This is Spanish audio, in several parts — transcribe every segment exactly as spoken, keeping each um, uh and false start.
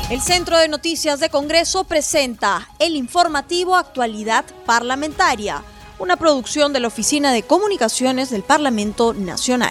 El Centro de Noticias de Congreso presenta el informativo Actualidad Parlamentaria, una producción de la Oficina de Comunicaciones del Parlamento Nacional.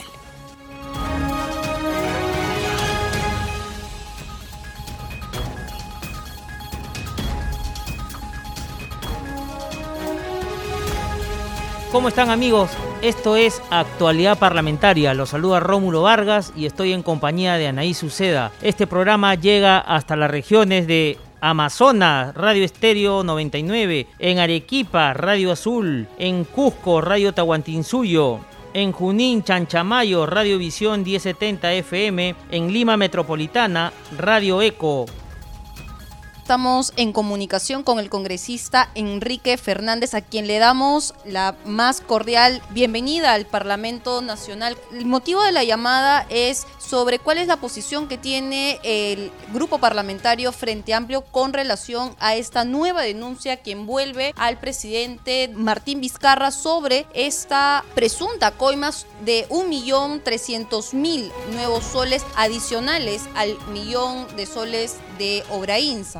¿Cómo están, amigos? Esto es Actualidad Parlamentaria. Los saluda Rómulo Vargas y estoy en compañía de Anaís Uceda. Este programa llega hasta las regiones de Amazonas, Radio Estéreo noventa y nueve, en Arequipa, Radio Azul, en Cusco, Radio Tahuantinsuyo, en Junín, Chanchamayo, Radio Visión mil setenta F M, en Lima Metropolitana, Radio Eco. Estamos en comunicación con el congresista Enrique Fernández, a quien le damos la más cordial bienvenida al Parlamento Nacional. El motivo de la llamada es sobre cuál es la posición que tiene el grupo parlamentario Frente Amplio con relación a esta nueva denuncia que envuelve al presidente Martín Vizcarra sobre esta presunta coima de un millón trescientos mil nuevos soles adicionales al millón de soles de Obrainsa.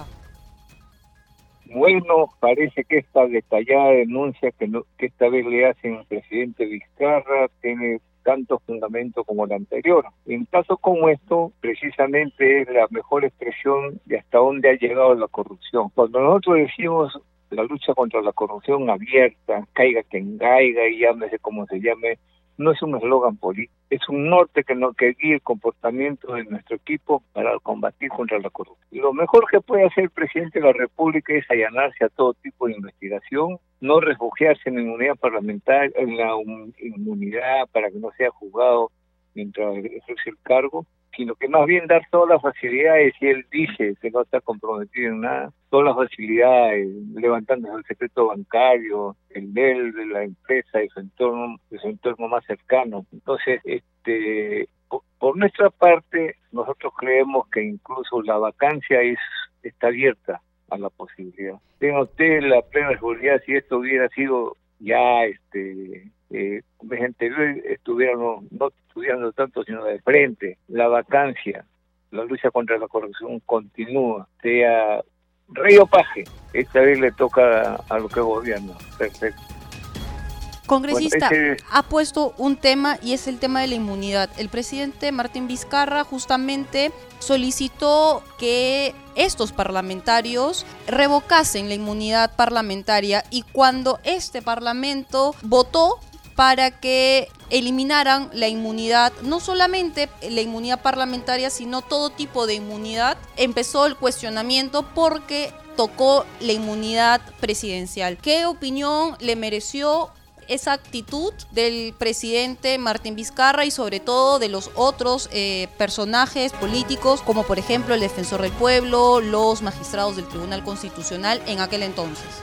Bueno, parece que esta detallada denuncia que, no, que esta vez le hacen al presidente Vizcarra tiene tanto fundamento como la anterior. En casos como esto, precisamente es la mejor expresión de hasta dónde ha llegado la corrupción. Cuando nosotros decimos la lucha contra la corrupción abierta, caiga quien caiga y llámese como se llame, no es un eslogan político, es un norte que no que guíe el comportamiento de nuestro equipo para combatir contra la corrupción. Y lo mejor que puede hacer el presidente de la República es allanarse a todo tipo de investigación, no refugiarse en la inmunidad parlamentaria, en la inmunidad para que no sea juzgado mientras ejerce el cargo, sino que más bien dar todas las facilidades, si él dice que no está comprometido en nada, todas las facilidades, levantándose el secreto bancario, el de él, de la empresa, de su entorno, de su entorno más cercano. Entonces, este, por, por nuestra parte, nosotros creemos que incluso la vacancia es está abierta a la posibilidad. Tenga usted la plena seguridad, si esto hubiera sido ya, este, eh, gente estuvieran no, no estudiando tanto, sino de frente, la vacancia, la lucha contra la corrupción continúa, sea rey o paje, esta vez le toca a, a lo que gobierna. Perfecto. Congresista, bueno, ese... ha puesto un tema y es el tema de la inmunidad. El presidente Martín Vizcarra justamente solicitó que estos parlamentarios revocasen la inmunidad parlamentaria y cuando este parlamento votó para que eliminaran la inmunidad, no solamente la inmunidad parlamentaria, sino todo tipo de inmunidad, empezó el cuestionamiento porque tocó la inmunidad presidencial. ¿Qué opinión le mereció esa actitud del presidente Martín Vizcarra y sobre todo de los otros eh, personajes políticos, como por ejemplo el defensor del pueblo, los magistrados del Tribunal Constitucional en aquel entonces?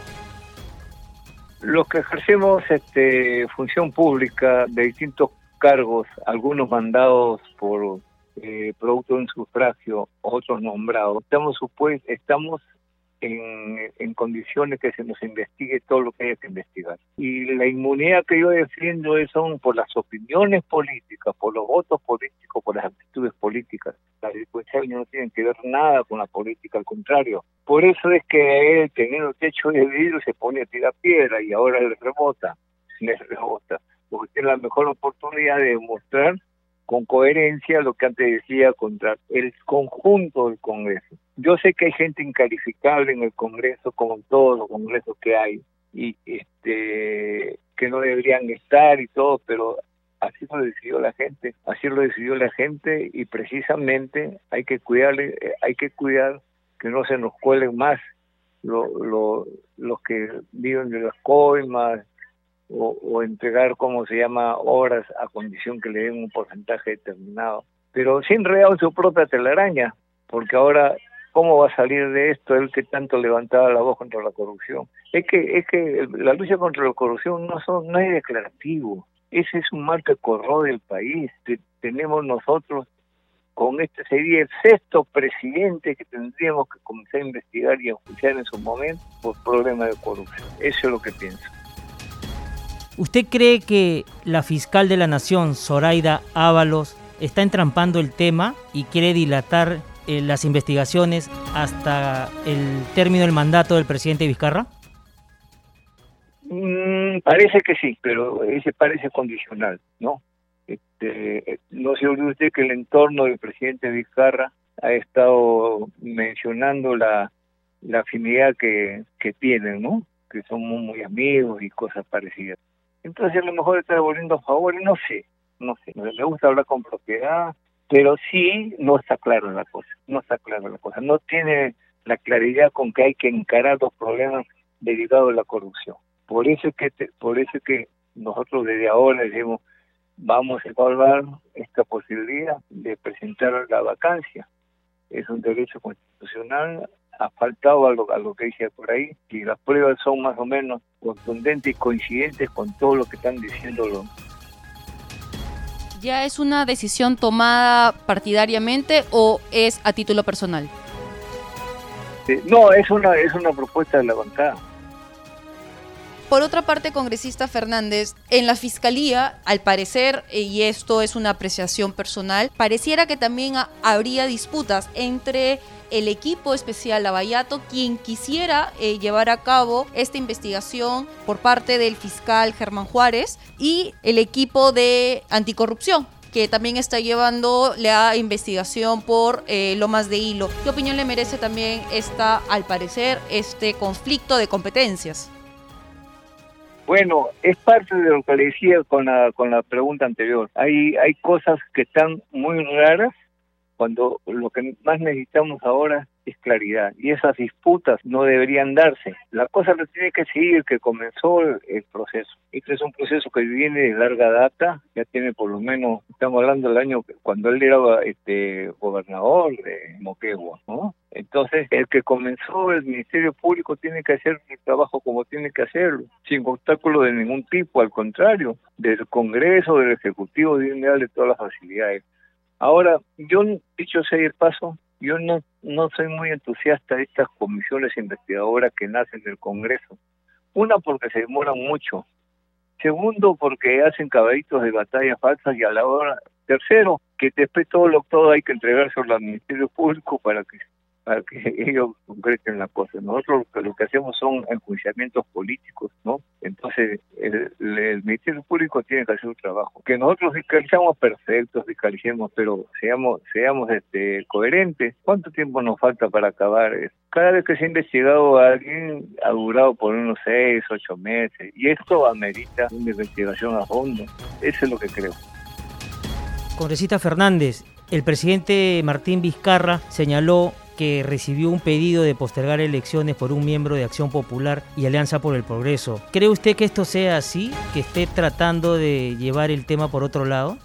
Los que ejercemos este, función pública de distintos cargos, algunos mandados por eh, producto de un sufragio, otros nombrados, estamos supuestos, estamos En, en condiciones que se nos investigue todo lo que haya que investigar. Y la inmunidad que yo defiendo es son por las opiniones políticas, por los votos políticos, por las actitudes políticas. Las delincuenciales no tienen que ver nada con la política, al contrario. Por eso es que él, teniendo techo de vidrio, se pone a tirar piedra y ahora le rebota, le rebota. Porque tiene la mejor oportunidad de demostrar con coherencia lo que antes decía contra el conjunto del Congreso. Yo sé que hay gente incalificable en el Congreso, como en todos los congresos que hay, y este que no deberían estar y todo, pero así lo decidió la gente, así lo decidió la gente y precisamente hay que cuidarle, hay que cuidar que no se nos cuelen más lo, lo, los que viven de las coimas, O, o entregar, como se llama, obras a condición que le den un porcentaje determinado. Pero sin enredado en su propia telaraña, porque ahora, ¿cómo va a salir de esto el que tanto levantaba la voz contra la corrupción? Es que es que la lucha contra la corrupción no, son, no es declarativo. Ese es un mal que corrode el país. Te, tenemos nosotros, con este sería el sexto presidente que tendríamos que comenzar a investigar y a enjuiciar en su momento por problemas de corrupción. Eso es lo que pienso. ¿Usted cree que la fiscal de la Nación, Zoraida Ábalos, está entrampando el tema y quiere dilatar eh, las investigaciones hasta el término del mandato del presidente Vizcarra? Mm, parece que sí, pero ese parece condicional, ¿no? Este, no se olvide usted que el entorno del presidente Vizcarra ha estado mencionando la, la afinidad que, que tienen, ¿no? Que somos muy amigos y cosas parecidas. Entonces a lo mejor está devolviendo favores, no sé, no sé. Me gusta hablar con propiedad, pero sí no está claro la cosa, no está claro la cosa. No tiene la claridad con que hay que encarar los problemas derivados de la corrupción. Por eso es que, te, por eso es que nosotros desde ahora decimos, vamos a evaluar esta posibilidad de presentar la vacancia. Es un derecho constitucional, ha faltado algo, a lo que dice por ahí, y las pruebas son más o menos contundentes y coincidentes con todo lo que están diciendo. ¿Ya es una decisión tomada partidariamente o es a título personal? Eh, no, es una, es una propuesta de la bancada. Por otra parte, congresista Fernández, en la Fiscalía, al parecer, y esto es una apreciación personal, pareciera que también ha, habría disputas entre el equipo especial Lavallato, quien quisiera eh, llevar a cabo esta investigación por parte del fiscal Germán Juárez, y el equipo de anticorrupción, que también está llevando la investigación por eh, Lomas de Hilo. ¿Qué opinión le merece también esta, al parecer, este conflicto de competencias? Bueno, es parte de lo que le decía con la con la pregunta anterior. Hay hay cosas que están muy raras cuando lo que más necesitamos ahora es claridad, y esas disputas no deberían darse. La cosa no tiene que seguir, que comenzó el, el proceso. Este es un proceso que viene de larga data, ya tiene por lo menos, estamos hablando del año cuando él era este gobernador de Moquegua, ¿no? Entonces, el que comenzó el Ministerio Público tiene que hacer el trabajo como tiene que hacerlo, sin obstáculo de ningún tipo, al contrario, del Congreso, del Ejecutivo, deben darle todas las facilidades. Ahora, yo, dicho sea el paso, yo no, no soy muy entusiasta de estas comisiones investigadoras que nacen del Congreso. Una, porque se demoran mucho. Segundo, porque hacen caballitos de batalla falsas, y a la hora. Tercero, que después todo lo todo hay que entregárselo al Ministerio Público para que para que ellos concreten la cosa. Nosotros lo que, lo que hacemos son enjuiciamientos políticos, ¿no? Entonces, el, el Ministerio Público tiene que hacer un trabajo. Que nosotros fiscalizamos, perfectos, fiscalicemos, pero seamos seamos este coherentes. ¿Cuánto tiempo nos falta para acabar esto? Cada vez que se ha investigado a alguien, ha durado por unos seis, ocho meses, y esto amerita una investigación a fondo. Eso es lo que creo. Congresista Fernández, el presidente Martín Vizcarra señaló que recibió un pedido de postergar elecciones por un miembro de Acción Popular y Alianza por el Progreso. ¿Cree usted que esto sea así, que esté tratando de llevar el tema por otro lado?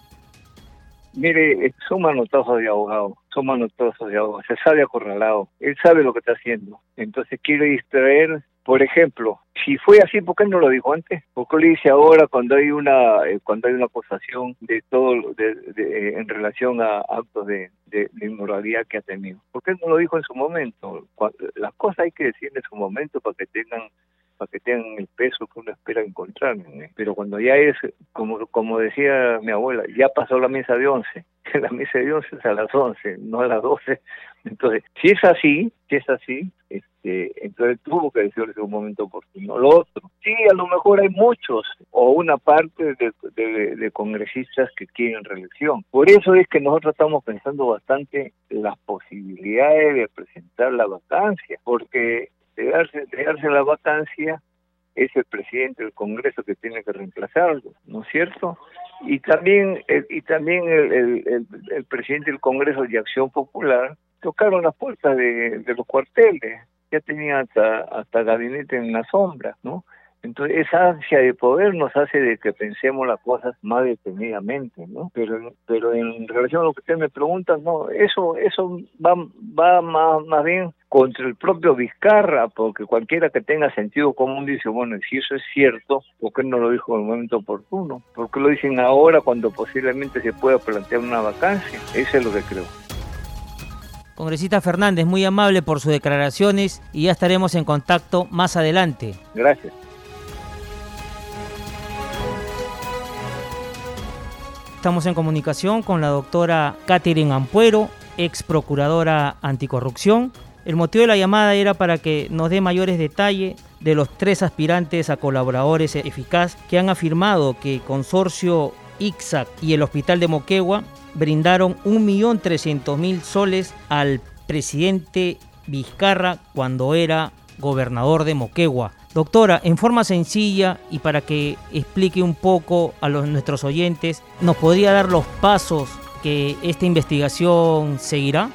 Mire, son manotazos de abogado, son manotazos de abogado, se sabe acorralado, él sabe lo que está haciendo, entonces quiere distraer. Por ejemplo, si fue así, ¿por qué no lo dijo antes? ¿Por qué lo dice ahora cuando hay una eh, cuando hay una acusación de todo de, de, en relación a actos de, de, de inmoralidad que ha tenido? ¿Por qué no lo dijo en su momento? Cuando, las cosas hay que decir en su momento para que tengan para que tengan el peso que uno espera encontrar, ¿eh? Pero cuando ya es, como como decía mi abuela, ya pasó la misa de once, que la misa de once es a las once, no a las doce. Entonces, si es así, si es así, este, entonces tuvo que decirlo en un momento oportuno. Lo otro, sí, a lo mejor hay muchos o una parte de, de, de congresistas que quieren reelección. Por eso es que nosotros estamos pensando bastante las posibilidades de presentar la vacancia, porque de darse, de darse la vacancia es el presidente del Congreso que tiene que reemplazarlo, ¿no es cierto? Y también el, y también el, el, el, el presidente del Congreso de Acción Popular tocaron las puertas de, de los cuarteles, ya tenían hasta, hasta gabinete en la sombra, ¿no? Entonces esa ansia de poder nos hace de que pensemos las cosas más detenidamente, ¿no? Pero pero en relación a lo que usted me pregunta, no, eso eso va va más, más bien contra el propio Vizcarra, porque cualquiera que tenga sentido común dice, bueno, si eso es cierto, ¿por qué no lo dijo en el momento oportuno? ¿Por qué lo dicen ahora cuando posiblemente se pueda plantear una vacancia? Eso es lo que creo. Congresista Fernández, muy amable por sus declaraciones y ya estaremos en contacto más adelante. Gracias. Estamos en comunicación con la doctora Catherine Ampuero, ex procuradora anticorrupción. El motivo de la llamada era para que nos dé mayores detalles de los tres aspirantes a colaboradores eficaz que han afirmado que Consorcio I C S A C y el Hospital de Moquegua brindaron un millón trescientos mil soles al presidente Vizcarra cuando era gobernador de Moquegua. Doctora, en forma sencilla y para que explique un poco a los, nuestros oyentes, ¿nos podría dar los pasos que esta investigación seguirá?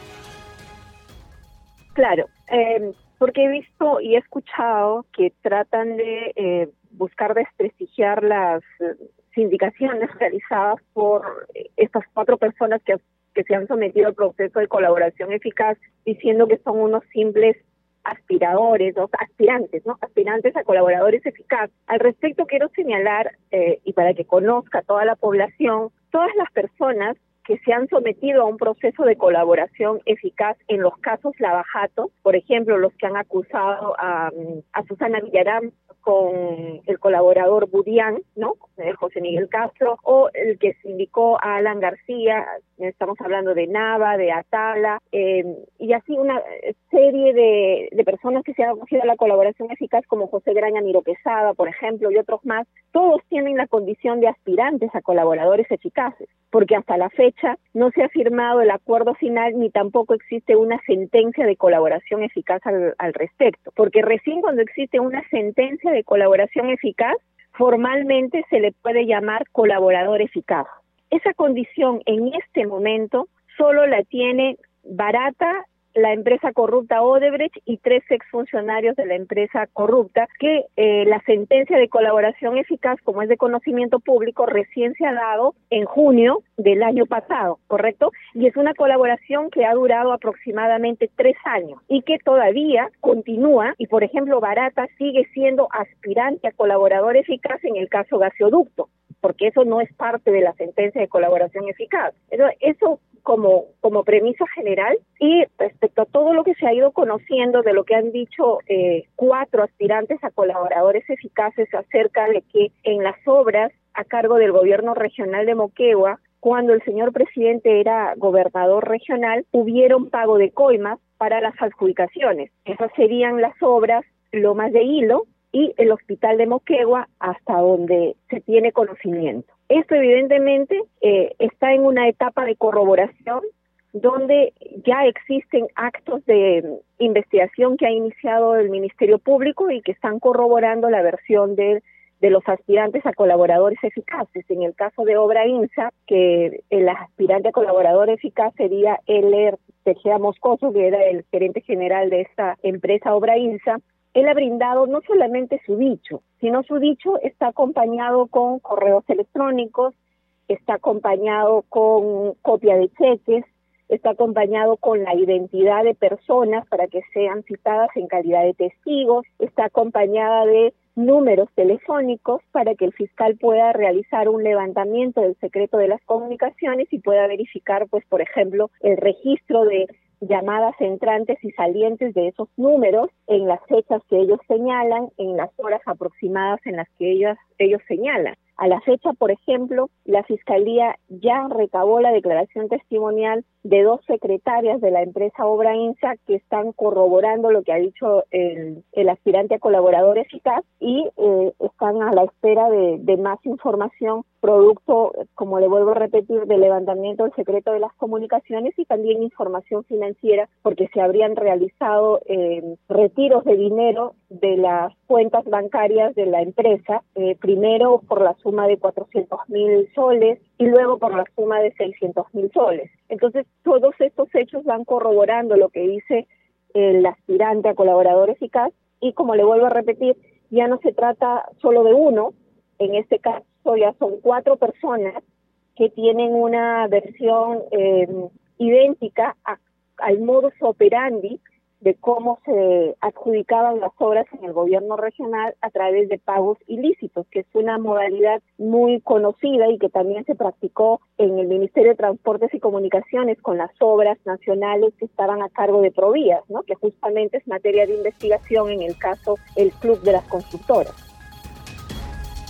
Claro, eh, porque he visto y he escuchado que tratan de eh, buscar desprestigiar las eh, sindicaciones realizadas por estas cuatro personas que, que se han sometido al proceso de colaboración eficaz, diciendo que son unos simples aspiradores, o aspirantes, ¿no? Aspirantes a colaboradores eficaz. Al respecto quiero señalar, eh, y para que conozca toda la población, todas las personas que se han sometido a un proceso de colaboración eficaz en los casos Lavajato, por ejemplo, los que han acusado a, a Susana Villarán con el colaborador Budián, ¿no? José Miguel Castro, o el que se indicó a Alan García, estamos hablando de Nava, de Atala, eh, y así una serie de, de personas que se han acogido a la colaboración eficaz, como José Graña Miro Quesada, por ejemplo, y otros más. Todos tienen la condición de aspirantes a colaboradores eficaces, porque hasta la fecha no se ha firmado el acuerdo final ni tampoco existe una sentencia de colaboración eficaz al, al respecto, porque recién cuando existe una sentencia de colaboración eficaz, formalmente se le puede llamar colaborador eficaz. Esa condición en este momento solo la tiene Barata, la empresa corrupta Odebrecht y tres exfuncionarios de la empresa corrupta, que eh, la sentencia de colaboración eficaz, como es de conocimiento público, recién se ha dado en junio del año pasado, ¿correcto? Y es una colaboración que ha durado aproximadamente tres años y que todavía continúa, y por ejemplo Barata sigue siendo aspirante a colaborador eficaz en el caso Gasoducto, porque eso no es parte de la sentencia de colaboración eficaz. Eso, eso como, como premisa general. Y respecto a todo lo que se ha ido conociendo de lo que han dicho eh, cuatro aspirantes a colaboradores eficaces acerca de que en las obras a cargo del gobierno regional de Moquegua, cuando el señor presidente era gobernador regional, hubieron pago de coimas para las adjudicaciones. Esas serían las obras Lomas de Hilo y el Hospital de Moquegua, hasta donde se tiene conocimiento. Esto evidentemente eh, está en una etapa de corroboración donde ya existen actos de investigación que ha iniciado el Ministerio Público y que están corroborando la versión de, de los aspirantes a colaboradores eficaces. En el caso de Obra INSA, que el aspirante a colaborador eficaz sería Eler Tejeda Moscoso, que era el gerente general de esta empresa Obra INSA. Él ha brindado no solamente su dicho, sino su dicho está acompañado con correos electrónicos, está acompañado con copia de cheques, está acompañado con la identidad de personas para que sean citadas en calidad de testigos, está acompañada de números telefónicos para que el fiscal pueda realizar un levantamiento del secreto de las comunicaciones y pueda verificar, pues, por ejemplo, el registro de llamadas entrantes y salientes de esos números en las fechas que ellos señalan, en las horas aproximadas en las que ellos, ellos señalan. A la fecha, por ejemplo, la Fiscalía ya recabó la declaración testimonial de dos secretarias de la empresa Obra INSA que están corroborando lo que ha dicho el, el aspirante a colaborador eficaz y eh, están a la espera de, de más información producto, como le vuelvo a repetir, del levantamiento del secreto de las comunicaciones y también información financiera, porque se habrían realizado eh, retiros de dinero de las cuentas bancarias de la empresa, eh, primero por la suma de cuatrocientos mil soles y luego por la suma de seiscientos mil soles. Entonces, todos estos hechos van corroborando lo que dice el aspirante a colaborador eficaz y, como le vuelvo a repetir, ya no se trata solo de uno, en este caso ya son cuatro personas que tienen una versión eh, idéntica a, al modus operandi de cómo se adjudicaban las obras en el gobierno regional a través de pagos ilícitos, que es una modalidad muy conocida y que también se practicó en el Ministerio de Transportes y Comunicaciones con las obras nacionales que estaban a cargo de Provías, ¿no? Que justamente es materia de investigación en el caso el Club de las Constructoras.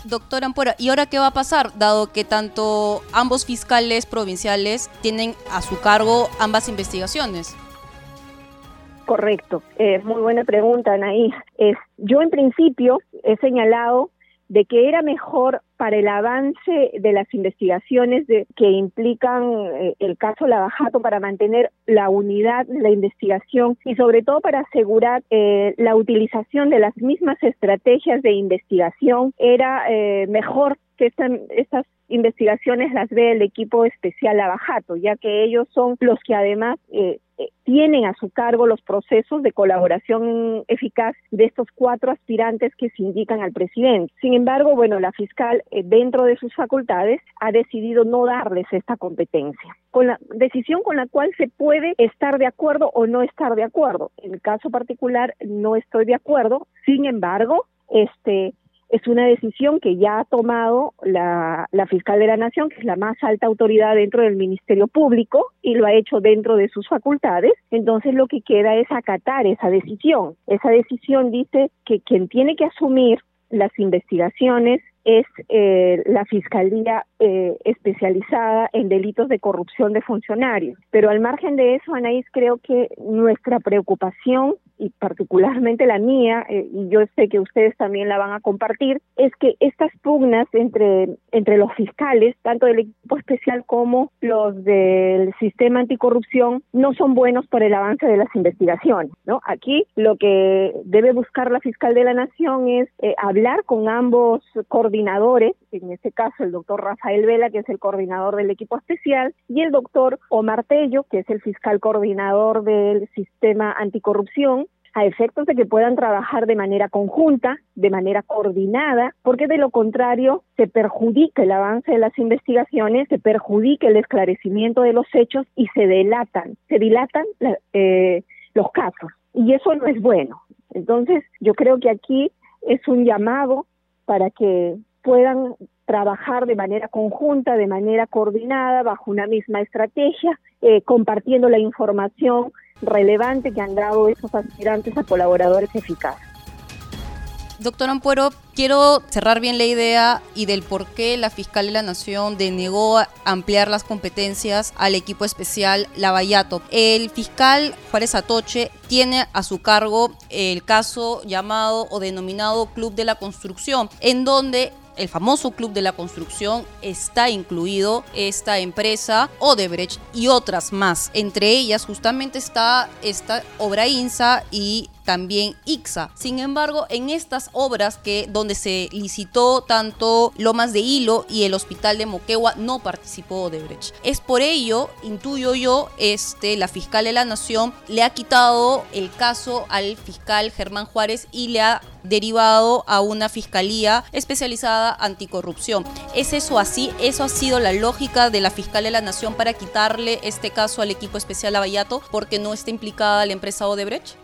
Doctora Ampuero, ¿y ahora qué va a pasar? Dado que tanto ambos fiscales provinciales tienen a su cargo ambas investigaciones. Correcto, eh, muy buena pregunta, Anaí. Es, yo en principio he señalado de que era mejor para el avance de las investigaciones de, que implican eh, el caso Lava Jato, para mantener la unidad de la investigación y sobre todo para asegurar eh, la utilización de las mismas estrategias de investigación, era eh, mejor que esta, estas investigaciones las ve el equipo especial Lava Jato, ya que ellos son los que además eh, tienen a su cargo los procesos de colaboración eficaz de estos cuatro aspirantes que se indican al presidente. Sin embargo, bueno, la fiscal, eh, dentro de sus facultades, ha decidido no darles esta competencia, con la decisión con la cual se puede estar de acuerdo o no estar de acuerdo. En el caso particular, no estoy de acuerdo. Sin embargo, este... es una decisión que ya ha tomado la, la fiscal de la Nación, que es la más alta autoridad dentro del Ministerio Público, y lo ha hecho dentro de sus facultades. Entonces lo que queda es acatar esa decisión. Esa decisión dice que quien tiene que asumir las investigaciones es eh, la Fiscalía eh, especializada en delitos de corrupción de funcionarios. Pero al margen de eso, Anaís, creo que nuestra preocupación, y particularmente la mía, eh, y yo sé que ustedes también la van a compartir, es que estas pugnas entre, entre los fiscales, tanto del equipo especial como los del sistema anticorrupción, no son buenos para el avance de las investigaciones, ¿no? Aquí lo que debe buscar la fiscal de la Nación es eh, hablar con ambos coordinadores, en este caso el doctor Rafael Vela, que es el coordinador del equipo especial, y el doctor Omar Tello, que es el fiscal coordinador del sistema anticorrupción, a efectos de que puedan trabajar de manera conjunta, de manera coordinada, porque de lo contrario se perjudica el avance de las investigaciones, se perjudica el esclarecimiento de los hechos y se dilatan, se dilatan eh, los casos, y eso no es bueno. Entonces, yo creo que aquí es un llamado para que puedan trabajar de manera conjunta, de manera coordinada, bajo una misma estrategia, eh, compartiendo la información relevante que han dado esos aspirantes a colaboradores eficaces. Doctor Ampuero, quiero cerrar bien la idea y del por qué la fiscal de la Nación denegó ampliar las competencias al equipo especial Lavallato. El fiscal Juárez Atoche tiene a su cargo el caso llamado o denominado Club de la Construcción, en donde el famoso Club de la Construcción está incluido esta empresa Odebrecht y otras más. Entre ellas justamente está esta Obrainsa y también Ixa. Sin embargo, en estas obras que donde se licitó tanto Lomas de Hilo y el Hospital de Moquegua, no participó Odebrecht. Es por ello, intuyo yo, este, la fiscal de la Nación le ha quitado el caso al fiscal Germán Juárez y le ha derivado a una fiscalía especializada anticorrupción. ¿Es eso así? ¿Eso ha sido la lógica de la fiscal de la Nación para quitarle este caso al equipo especial Lavallato porque no está implicada la empresa Odebrecht?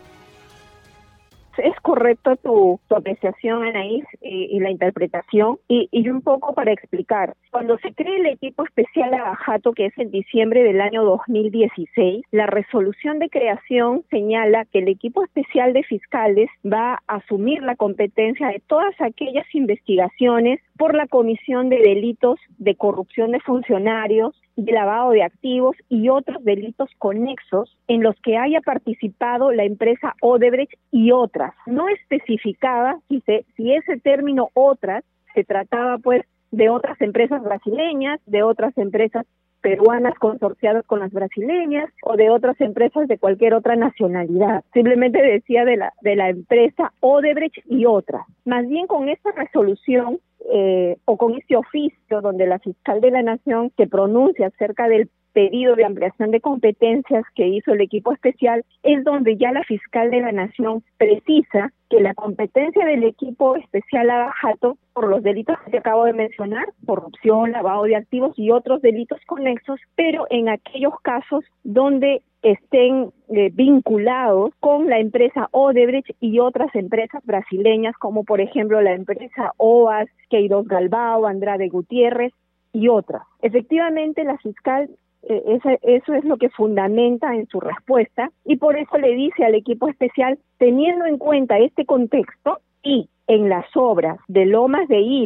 Es correcto tu, tu apreciación, Anaís, y, y la interpretación, y, y un poco para explicar. Cuando se crea el equipo especial Lava Jato, que es en diciembre del año dos mil dieciséis, la resolución de creación señala que el equipo especial de fiscales va a asumir la competencia de todas aquellas investigaciones por la comisión de delitos de corrupción de funcionarios, de lavado de activos y otros delitos conexos en los que haya participado la empresa Odebrecht y otras. No especificaba si, se, si ese término otras se trataba pues de otras empresas brasileñas, de otras empresas peruanas consorciadas con las brasileñas o de otras empresas de cualquier otra nacionalidad. Simplemente decía de la, de la empresa Odebrecht y otras. Más bien con esta resolución eh, o con este oficio donde la fiscal de la Nación se pronuncia acerca del pedido de ampliación de competencias que hizo el equipo especial, es donde ya la fiscal de la Nación precisa que la competencia del equipo especial Lava Jato por los delitos que acabo de mencionar, corrupción, lavado de activos y otros delitos conexos, pero en aquellos casos donde estén eh, vinculados con la empresa Odebrecht y otras empresas brasileñas, como por ejemplo la empresa O A S, Queiroz Galbao, Andrade Gutiérrez y otras. Efectivamente, la fiscal Eh, eso, eso es lo que fundamenta en su respuesta y por eso le dice al equipo especial, teniendo en cuenta este contexto y en las obras de Lomas de Hilo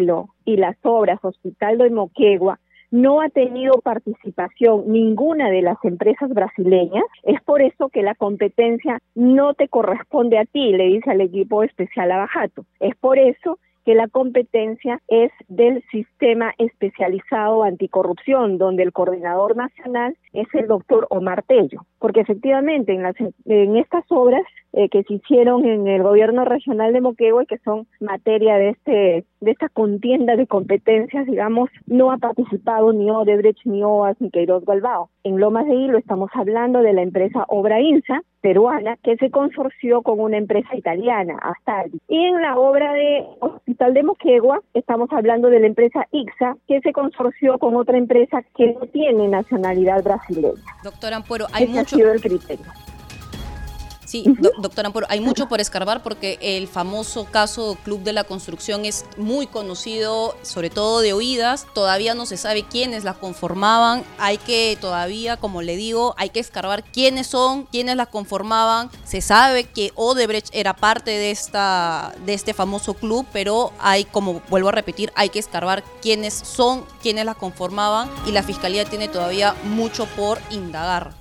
y las obras Hospital de Moquegua no ha tenido participación ninguna de las empresas brasileñas, es por eso que la competencia no te corresponde a ti, le dice al equipo especial Lavajato. Es por eso que la competencia es del Sistema Especializado Anticorrupción, donde el coordinador nacional es el doctor Omar Tello, porque efectivamente en, las, en estas obras eh, que se hicieron en el gobierno regional de Moquegua y que son materia de este de esta contienda de competencias, digamos, no ha participado ni Odebrecht, ni O A S, ni Queiroz Galbao. En Lomas de Hilo estamos hablando de la empresa Obrainsa, peruana, que se consorció con una empresa italiana, Astaldi. Y en la obra de Hospital de Moquegua estamos hablando de la empresa I C S A, que se consorció con otra empresa que no tiene nacionalidad brasileña. Doctora Ampuero, hay Ese mucho... ha sido el criterio. Sí, do, doctora Ampuero, hay mucho por escarbar porque el famoso caso Club de la Construcción es muy conocido, sobre todo de oídas. Todavía no se sabe quiénes la conformaban. Hay que todavía, como le digo, hay que escarbar quiénes son, quiénes la conformaban. Se sabe que Odebrecht era parte de esta de este famoso club, pero hay, como vuelvo a repetir, hay que escarbar quiénes son, quiénes la conformaban, y la Fiscalía tiene todavía mucho por indagar.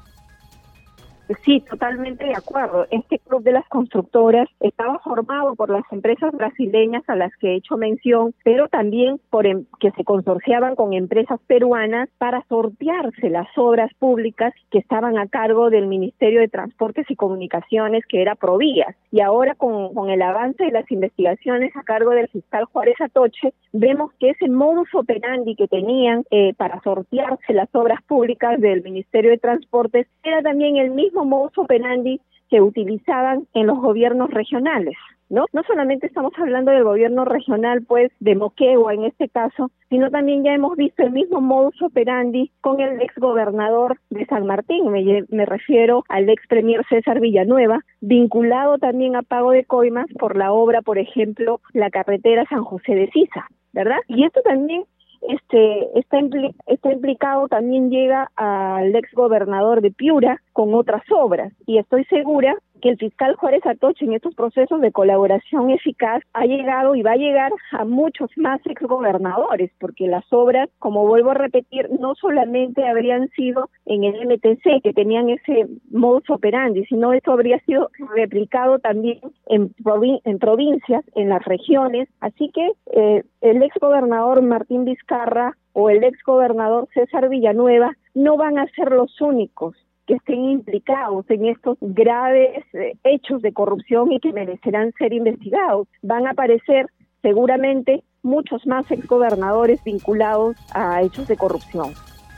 Sí, totalmente de acuerdo. Este club de las constructoras estaba formado por las empresas brasileñas a las que he hecho mención, pero también por em- que se consorciaban con empresas peruanas para sortearse las obras públicas que estaban a cargo del Ministerio de Transportes y Comunicaciones, que era Provías. Y ahora con, con el avance de las investigaciones a cargo del fiscal Juárez Atoche, vemos que ese modus operandi que tenían eh, para sortearse las obras públicas del Ministerio de Transportes era también el mismo modus operandi que utilizaban en los gobiernos regionales, ¿no? No solamente estamos hablando del gobierno regional, pues, de Moquegua en este caso, sino también ya hemos visto el mismo modus operandi con el ex gobernador de San Martín, me, me refiero al ex premier César Villanueva, vinculado también a pago de coimas por la obra, por ejemplo, la carretera San José de Sisa, ¿verdad? Y esto también este está, impli- está implicado, también llega al ex gobernador de Piura con otras obras, y estoy segura que el fiscal Juárez Atoche en estos procesos de colaboración eficaz ha llegado y va a llegar a muchos más exgobernadores, porque las obras, como vuelvo a repetir, no solamente habrían sido en el M T C, que tenían ese modus operandi, sino esto habría sido replicado también en, provin- en provincias, en las regiones. Así que eh, el exgobernador Martín Vizcarra o el exgobernador César Villanueva no van a ser los únicos que estén implicados en estos graves eh, hechos de corrupción y que merecerán ser investigados. Van a aparecer seguramente muchos más exgobernadores vinculados a hechos de corrupción.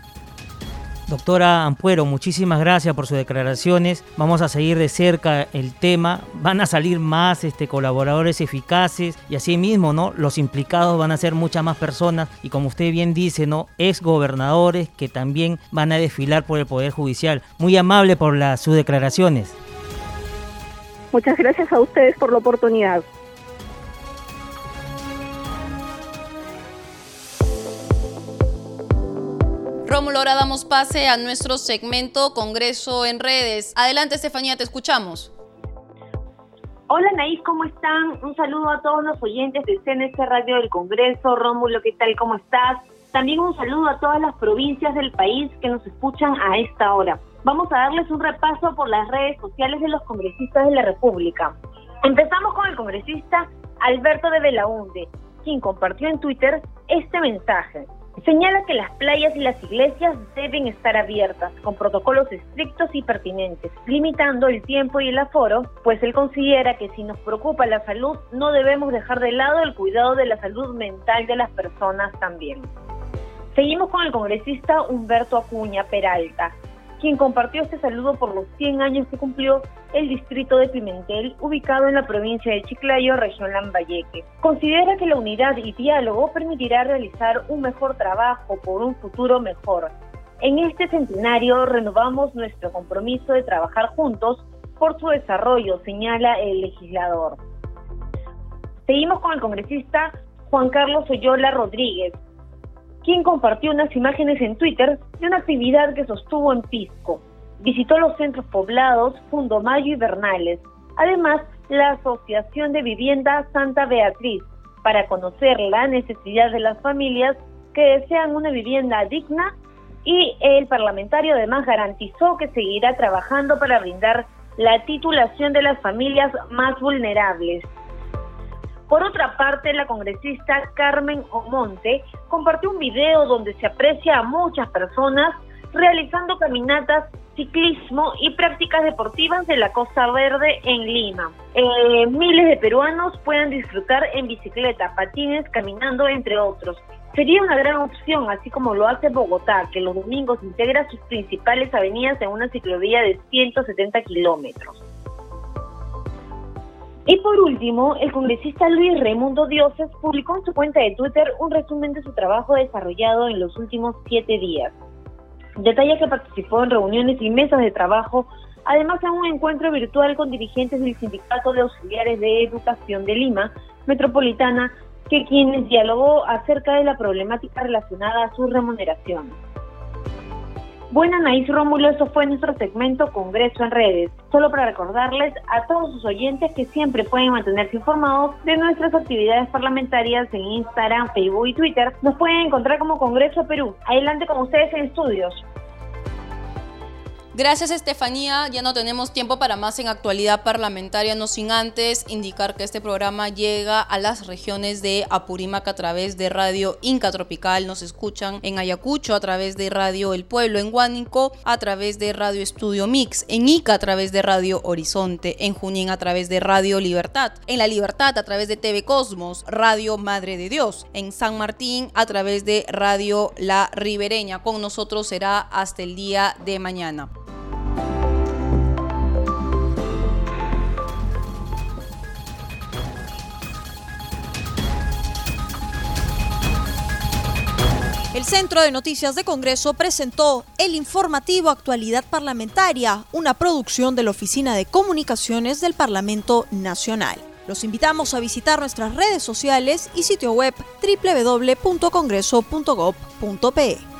Doctora Ampuero, muchísimas gracias por sus declaraciones. Vamos a seguir de cerca el tema. Van a salir más este, colaboradores eficaces y así mismo, ¿no? Los implicados van a ser muchas más personas y, como usted bien dice, ¿no? Ex gobernadores que también van a desfilar por el Poder Judicial. Muy amable por la, sus declaraciones. Muchas gracias a ustedes por la oportunidad. Rómulo, ahora damos pase a nuestro segmento Congreso en Redes. Adelante, Estefanía, te escuchamos. Hola, Anaís, ¿cómo están? Un saludo a todos los oyentes de C N C Radio del Congreso. Rómulo, ¿qué tal? ¿Cómo estás? También un saludo a todas las provincias del país que nos escuchan a esta hora. Vamos a darles un repaso por las redes sociales de los congresistas de la República. Empezamos con el congresista Alberto de Belaunde, quien compartió en Twitter este mensaje. Señala que las playas y las iglesias deben estar abiertas, con protocolos estrictos y pertinentes, limitando el tiempo y el aforo, pues él considera que si nos preocupa la salud, no debemos dejar de lado el cuidado de la salud mental de las personas también. Seguimos con el congresista Humberto Acuña Peralta, quien compartió este saludo por los cien años que cumplió el distrito de Pimentel, ubicado en la provincia de Chiclayo, región Lambayeque. Considera que la unidad y diálogo permitirá realizar un mejor trabajo por un futuro mejor. En este centenario renovamos nuestro compromiso de trabajar juntos por su desarrollo, señala el legislador. Seguimos con el congresista Juan Carlos Oyola Rodríguez, quien compartió unas imágenes en Twitter de una actividad que sostuvo en Pisco. Visitó los centros poblados Fundomayo y Bernales. Además, la Asociación de Vivienda Santa Beatriz, para conocer la necesidad de las familias que desean una vivienda digna, y el parlamentario además garantizó que seguirá trabajando para brindar la titulación de las familias más vulnerables. Por otra parte, la congresista Carmen Omonte compartió un video donde se aprecia a muchas personas realizando caminatas, ciclismo y prácticas deportivas de la Costa Verde en Lima. Eh, miles de peruanos pueden disfrutar en bicicleta, patines, caminando, entre otros. Sería una gran opción, así como lo hace Bogotá, que los domingos integra sus principales avenidas en una ciclovía de ciento setenta kilómetros. Y por último, el congresista Luis Raimundo Dioses publicó en su cuenta de Twitter un resumen de su trabajo desarrollado en los últimos siete días. Detalla que participó en reuniones y mesas de trabajo, además en un encuentro virtual con dirigentes del Sindicato de Auxiliares de Educación de Lima Metropolitana, que quienes dialogó acerca de la problemática relacionada a su remuneración. Bueno, Anaís, Rómulo, eso fue nuestro segmento Congreso en Redes. Solo para recordarles a todos sus oyentes que siempre pueden mantenerse informados de nuestras actividades parlamentarias en Instagram, Facebook y Twitter. Nos pueden encontrar como Congreso Perú. Adelante con ustedes en estudios. Gracias, Estefanía. Ya no tenemos tiempo para más en actualidad parlamentaria, no sin antes indicar que este programa llega a las regiones de Apurímac a través de Radio Inca Tropical. Nos escuchan en Ayacucho a través de Radio El Pueblo, en Huánuco a través de Radio Estudio Mix, en Ica a través de Radio Horizonte, en Junín a través de Radio Libertad, en La Libertad a través de T V Cosmos, Radio Madre de Dios, en San Martín a través de Radio La Ribereña. Con nosotros será hasta el día de mañana. El Centro de Noticias de Congreso presentó el informativo Actualidad Parlamentaria, una producción de la Oficina de Comunicaciones del Parlamento Nacional. Los invitamos a visitar nuestras redes sociales y sitio web doble u doble u doble u punto congreso punto gob punto pe.